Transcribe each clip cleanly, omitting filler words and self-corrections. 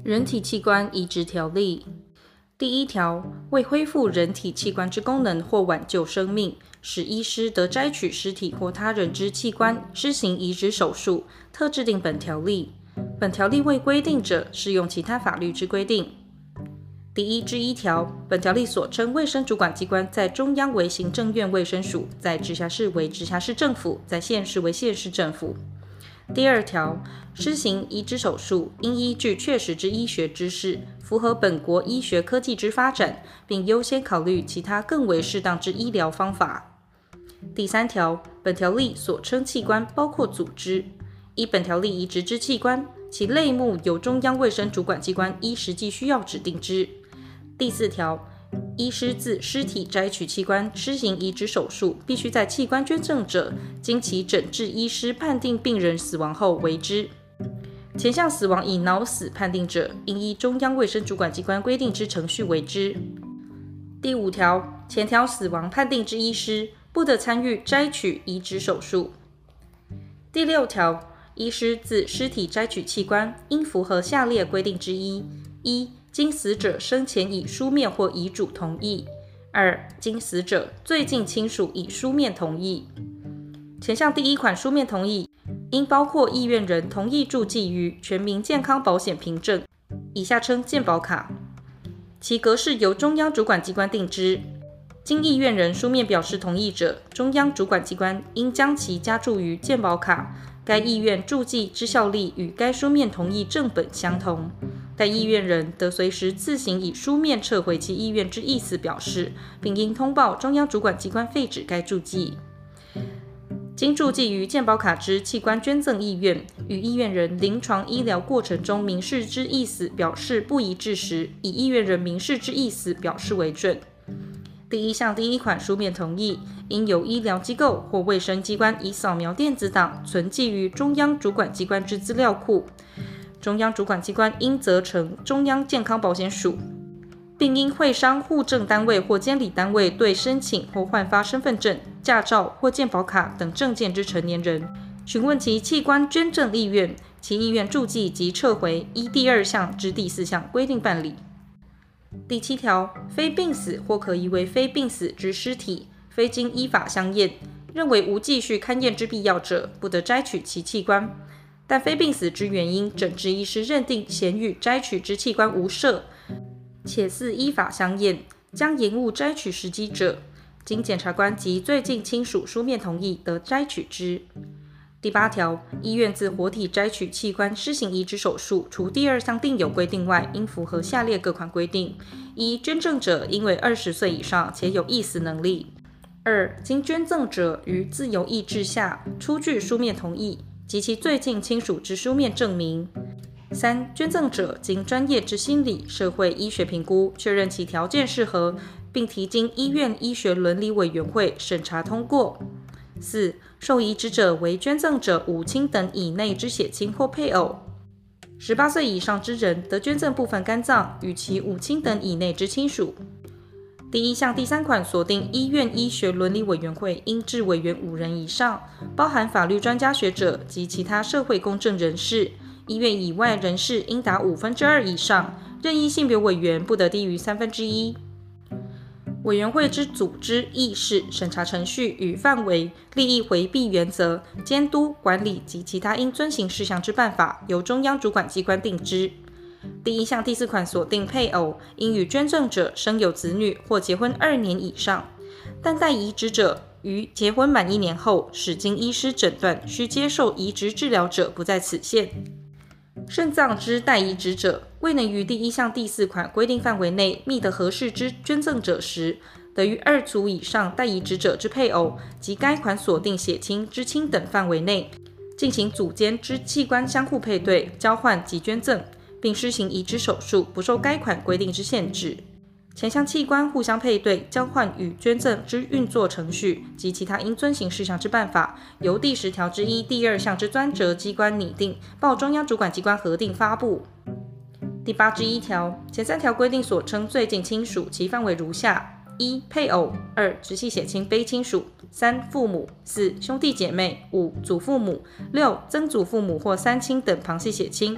人体器官移植条例第1条，为恢复人体器官之功能或挽救生命，使医师得摘取尸体或他人之器官施行移植手术，特制定本条例。本条例未规定者，适用其他法律之规定。第1至1条，本条例所称卫生主管机关，在中央为行政院卫生署，在直辖市为直辖市政府，在县市为县市政府。第2条，施行移植手术，应依据确实之医学知识，符合本国医学科技之发展，并优先考虑其他更为适当之医疗方法。第3条，本条例所称器官包括组织，依本条例移植之器官，其类目由中央卫生主管机关依实际需要指定之。第4条，医师自尸体摘取器官施行移植手术，必须在器官捐赠者经其诊治医师判定病人死亡后为之。前项死亡以脑死判定者，应依中央卫生主管机关规定之程序为之。第5条，前条死亡判定之医师，不得参与摘取移植手术。第6条，医师自尸体摘取器官，应符合下列规定之一：一、经死者生前以书面或遗嘱同意；二、经死者最近亲属以书面同意。前项第1款书面同意，应包括意愿人同意注记于全民健康保险凭证（以下称健保卡），其格式由中央主管机关定之。经意愿人书面表示同意者，中央主管机关应将其加注于健保卡。该意愿注记之效力与该书面同意正本相同，但意愿人得随时自行以书面撤回其意愿之意思表示，并应通报中央主管机关废止该注记。经注记于健保卡之器官捐赠意愿，与意愿人临床医疗过程中明示之意思表示不一致时，以意愿人明示之意思表示为准。第1项第1款书面同意，应由医疗机构或卫生机关以扫描电子档存记于中央主管机关之资料库，中央主管机关应责成中央健康保险署，并应会商户政单位或监理单位对申请或换发身份证、驾照或健保卡等证件之成年人，询问其器官捐赠意愿，其意愿注记及撤回，依第2项至第4项规定办理。第7条，非病死或可疑为非病死之尸体，非经依法相验，认为无继续勘验之必要者，不得摘取其器官。但非病死之原因，诊治医师认定咸与摘取之器官无涉，且似依法相验，将延误摘取时机者，经检察官及最近亲属书面同意，得摘取之。第8条，医院自活体摘取器官施行移植手术，除第2项定有规定外，应符合下列各款规定：一、捐赠者应为20岁以上，且有意思能力；二、经捐赠者于自由意志下出具书面同意及其最近亲属之书面证明；三、捐赠者经专业之心理、社会、医学评估，确认其条件适合，并提经医院医学伦理委员会审查通过；四、受移植者为捐赠者5亲等以内之血亲或配偶，18岁以上之人得捐赠部分肝脏与其5亲等以内之亲属。第1项第3款锁定医院医学伦理委员会应置委员5人以上，包含法律专家学者及其他社会公正人士，医院以外人士应达2/5以上，任意性别委员不得低于1/3。委员会之组织、议事、审查程序与范围、利益回避原则、监督、管理及其他应遵行事项之办法，由中央主管机关定之。第1项第4款锁定配偶应与捐赠者生有子女或结婚2年以上，但待移植者于结婚满1年后，使经医师诊断需接受移植治疗者不在此限。肾脏之待移植者，未能于第1项第4款规定范围内觅得合适之捐赠者时，得于2组以上待移植者之配偶及该款锁定血亲之亲等范围内，进行组间之器官相互配对、交换及捐赠，并施行移植手术，不受该款规定之限制。前项器官互相配对、交换与捐赠之运作程序及其他应遵行事项之办法，由第10条之1第2项之专责机关拟定，报中央主管机关核定发布。第8至1条，前3条规定所称最近亲属，其范围如下：1、配偶； 2、直系血亲非亲属； 3、父母； 4、兄弟姐妹； 5、祖父母； 6、曾祖父母或3亲等旁系血亲；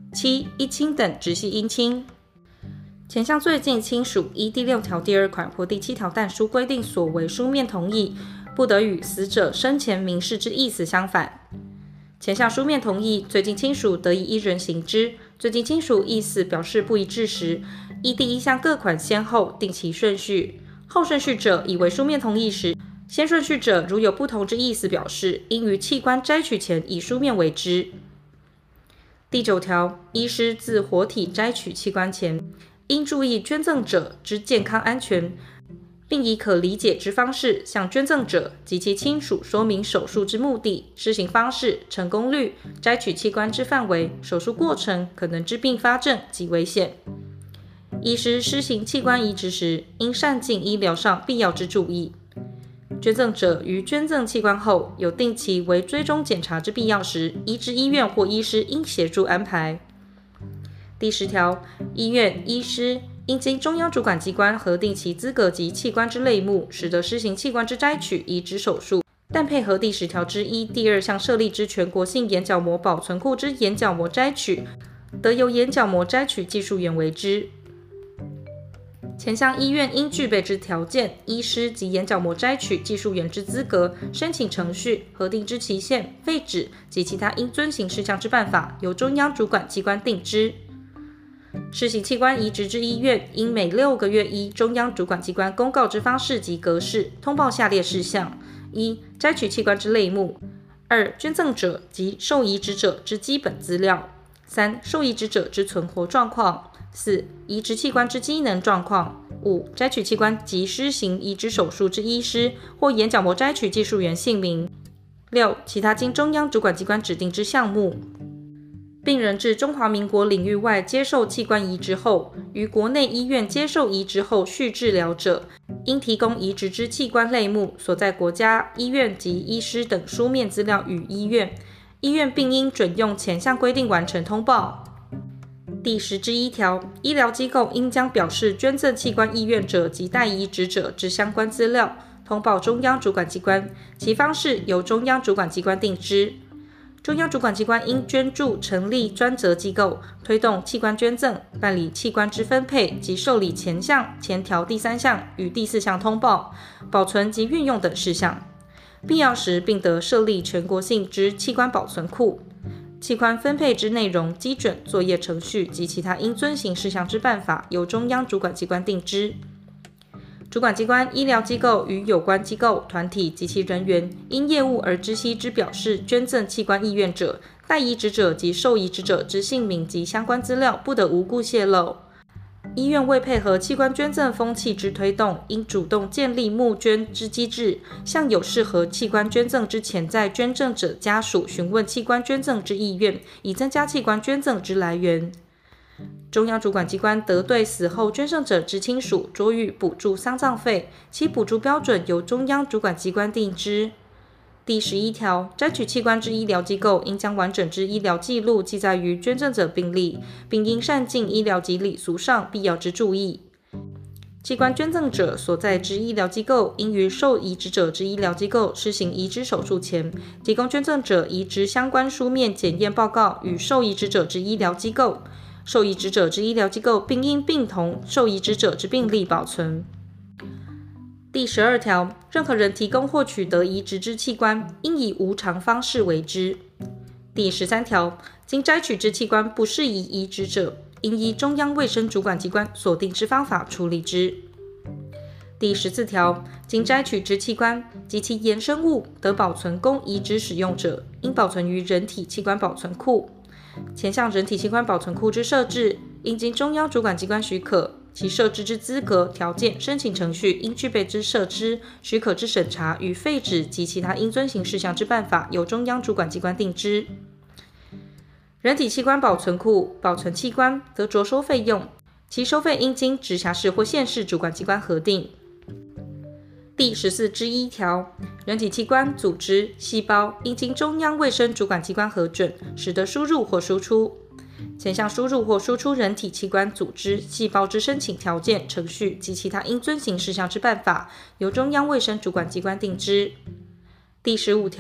7. 一亲等直系姻亲。前项最近亲属依第6条第2款或第7条但书规定所为书面同意，不得与死者生前明示之意思相反。前项书面同意，最近亲属得以一人行之。最近亲属意思表示不一致时，依第1项各款先后定其顺序。后顺序者以为书面同意时，先顺序者如有不同之意思表示，应于器官摘取前以书面为之。第9条，医师自活体摘取器官前，应注意捐赠者之健康安全，并以可理解之方式向捐赠者及其亲属说明手术之目的、施行方式、成功率、摘取器官之范围、手术过程、可能之并发症及危险。医师施行器官移植时，应善尽医疗上必要之注意。捐赠者于捐赠器官后，有定期为追踪检查之必要时，移植医院或医师应协助安排。第10条，医院、医师应经中央主管机关核定其资格及器官之类目，使得施行器官之摘取、移植手术，但配合第10条之一第2项设立之全国性眼角膜保存库之眼角膜摘取，得由眼角膜摘取技术员为之。前项医院应具备之条件、医师及眼角膜摘取技术员之资格、申请程序、核定之期限、废止及其他应遵行事项之办法，由中央主管机关定之。施行器官移植之医院，应每6个月依中央主管机关公告之方式及格式，通报下列事项：1. 摘取器官之类目； 2. 捐赠者及受移植者之基本资料； 3. 受移植者之存活状况； 4. 移植器官之机能状况； 5. 摘取器官及施行移植手术之医师或眼角膜摘取技术员姓名； 6. 其他经中央主管机关指定之项目。病人至中华民国领域外接受器官移植后，于国内医院接受移植后续治疗者，应提供移植之器官类目、所在国家、医院及医师等书面资料与医院，医院并应准用前项规定完成通报。第10之1条，医疗机构应将表示捐赠器官意愿者及待移植者之相关资料通报中央主管机关，其方式由中央主管机关定之。中央主管机关应捐助成立专责机构，推动器官捐赠，办理器官之分配及受理前条第3项与第4项通报、保存及运用等事项。必要时并得设立全国性之器官保存库。器官分配之内容、基准、作业程序及其他应遵行事项之办法，由中央主管机关定之。主管机关、医疗机构与有关机构、团体及其人员，因业务而知悉之表示捐赠器官意愿者、待移植者及受移植者之姓名及相关资料，不得无故泄露。医院为配合器官捐赠风气之推动，应主动建立募捐之机制，向有适合器官捐赠之潜在捐赠者家属询问器官捐赠之意愿，以增加器官捐赠之来源。中央主管机关得对死后捐赠者之亲属酌予补助丧葬费，其补助标准由中央主管机关定之。第11条，摘取器官之医疗机构应将完整之医疗记录记载于捐赠者病历，并应善尽医疗及礼俗上必要之注意。器官捐赠者所在之医疗机构应于受移植者之医疗机构施行移植手术前，提供捐赠者移植相关书面检验报告与受移植者之医疗机构。受移植者之医疗机构并应并同受移植者之病历保存。第12条，任何人提供或取得移植之器官，应以无偿方式为之。第13条，经摘取之器官不适宜移植者，应依中央卫生主管机关所定之方法处理之。第14条，经摘取之器官及其衍生物得保存供移植使用者，应保存于人体器官保存库。前项人体器官保存库之设置，应经中央主管机关许可，其设置之资格、条件、申请程序应具备之设置、许可之审查与废止及其他应遵行事项之办法，由中央主管机关定之。人体器官保存库保存器官得着收费用，其收费应经直辖市或县市主管机关核定。第14之1条，人体器官、组织、细胞应经中央卫生主管机关核准，使得输入或输出。前项输入或输出人体器官、组织、细胞之申请条件、程序及其他应遵行事项之办法，由中央卫生主管机关定之。第15条，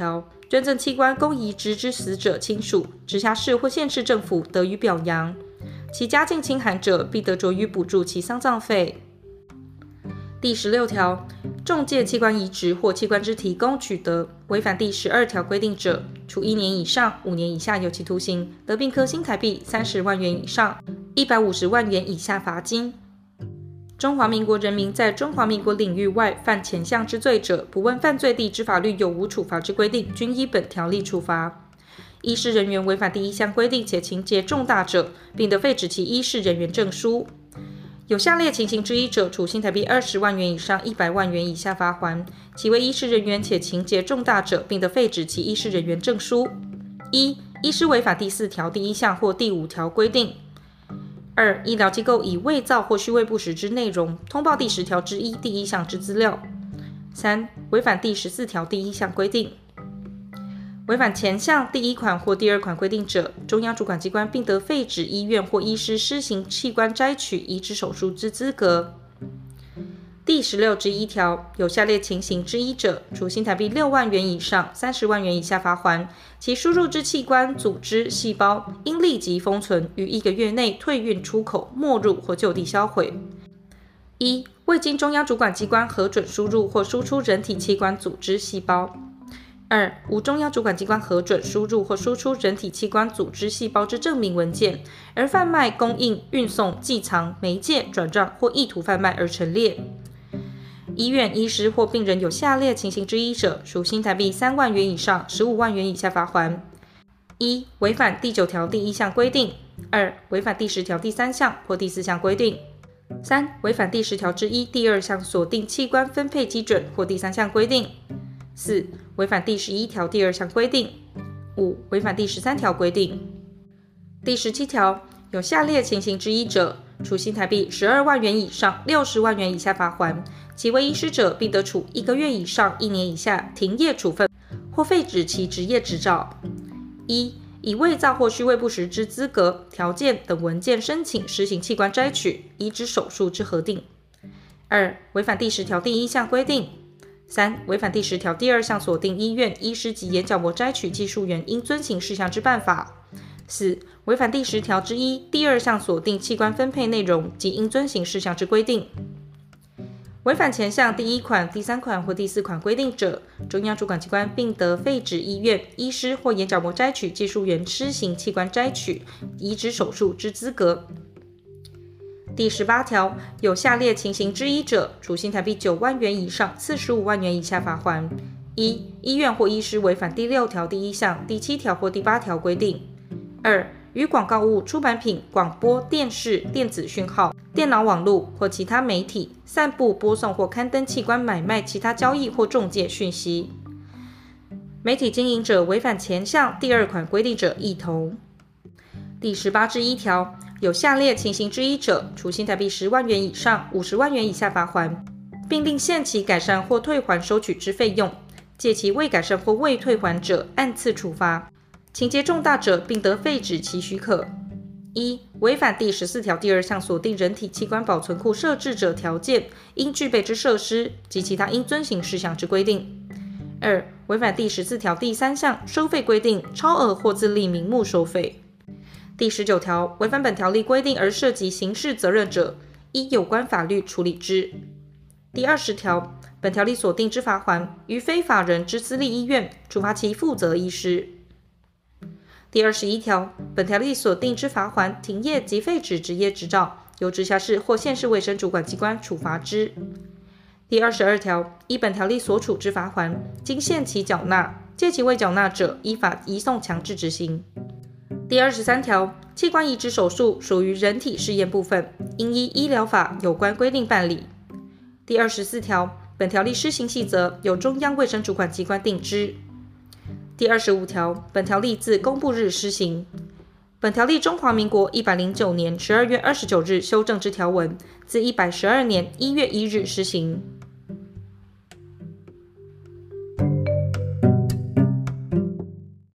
捐赠器官供移植之死者亲属，直辖市或县市政府得予表扬。其家境清寒者，必得着予补助其丧葬费。第16条，中介器官移植或器官之提供、取得，违反第12条规定者，处1年以上5年以下有期徒刑，得并科新台币30万元以上150万元以下罚金。中华民国人民在中华民国领域外犯前项之罪者，不问犯罪地之法律有无处罚之规定，均依本条例处罚。医师人员违反第1项规定且情节重大者，并得废止其医师人员证书。有下列情形之一者，处新台币20万元以上100万元以下罚锾。其为医师人员且情节重大者，并得废止其医师人员证书。1. 医师违反第4条第1项或第5条规定。2. 医疗机构以伪造或虚伪不实之内容通报第10条之1第1项之资料。3. 违反第14条第1项规定。违反前项第1款或第2款规定者，中央主管机关并得废止医院或医师施行器官摘取、移植手术之资格。第16之1条，有下列情形之一者，处新台币6万元以上30万元以下罚锾。其输入之器官、组织、细胞，应立即封存，于1个月内退运出口、没入或就地销毁。1. 未经中央主管机关核准输入或输出人体器官、组织、细胞。2. 无中央主管机关核准输入或输出人体器官、组织、细胞之证明文件，而贩卖、供应、运送、寄藏、媒介、转让或意图贩卖而陈列。医院、医师或病人有下列情形之一者，处新台币3万元以上15万元以下罚锾。1. 违反第9条第1项规定。2. 违反第10条第3项或第4项规定。3. 违反第10条之1第2项所定器官分配基准或第3项规定。4. 违反第11条第2项规定。5. 违反第13条规定。第17条，有下列情形之一者，处新台币12万元以上60万元以下罚锾。其为医师者，并得处1个月以上1年以下停业处分，或废止其职业执照。1. 以伪造或虚伪不实之资格、条件等文件申请施行器官摘取、移植手术之核定。2. 违反第10条第1项规定。3. 违反第10条第2项所定医院、医师及眼角膜摘取技术员应遵行事项之办法。4. 违反第10条之1第2项所定器官分配内容及应遵行事项之规定。违反前项第1款、第3款或第4款规定者，中央主管机关并得废止医院、医师或眼角膜摘取技术员施行器官摘取、移植手术之资格。第18条，有下列情形之一者，处新台币9万元以上45万元以下罚锾。1. 医院或医师违反第6条第1项、第7条或第8条规定。2. 与广告物、出版品、广播电视、电子讯号、电脑网络或其他媒体散布、播送或刊登器官买卖、其他交易或中介讯息。媒体经营者违反前项第2款规定者，一同。第18之1条，有下列情形之一者，处新台币10万元以上50万元以下罚锾，并令限期改善或退还收取之费用，借其未改善或未退还者，按次处罚。情节重大者，并得废止其许可。1. 违反第14条第2项所定人体器官保存库设置者条件应具备之设施及其他应遵行事项之规定。2. 违反第14条第3项收费规定，超额或自立名目收费。第19条，违反本条例规定而涉及刑事责任者，依有关法律处理之。第20条，本条例所定之罚锾，于非法人之私立医院，处罚其负责医师。第21条，本条例所定之罚锾、停业及废止职业执照，由直辖市或县市卫生主管机关处罚之。第22条，依本条例所处之罚锾，经限期缴纳，借其未缴纳者，依法移送强制执行。第23条，器官移植手术属于人体试验部分，应依医疗法有关规定办理。第24条，本条例施行细则由中央卫生主管机关定之。第25条，本条例自公布日施行。本条例中华民国109年12月29日修正之条文，自112年1月1日施行。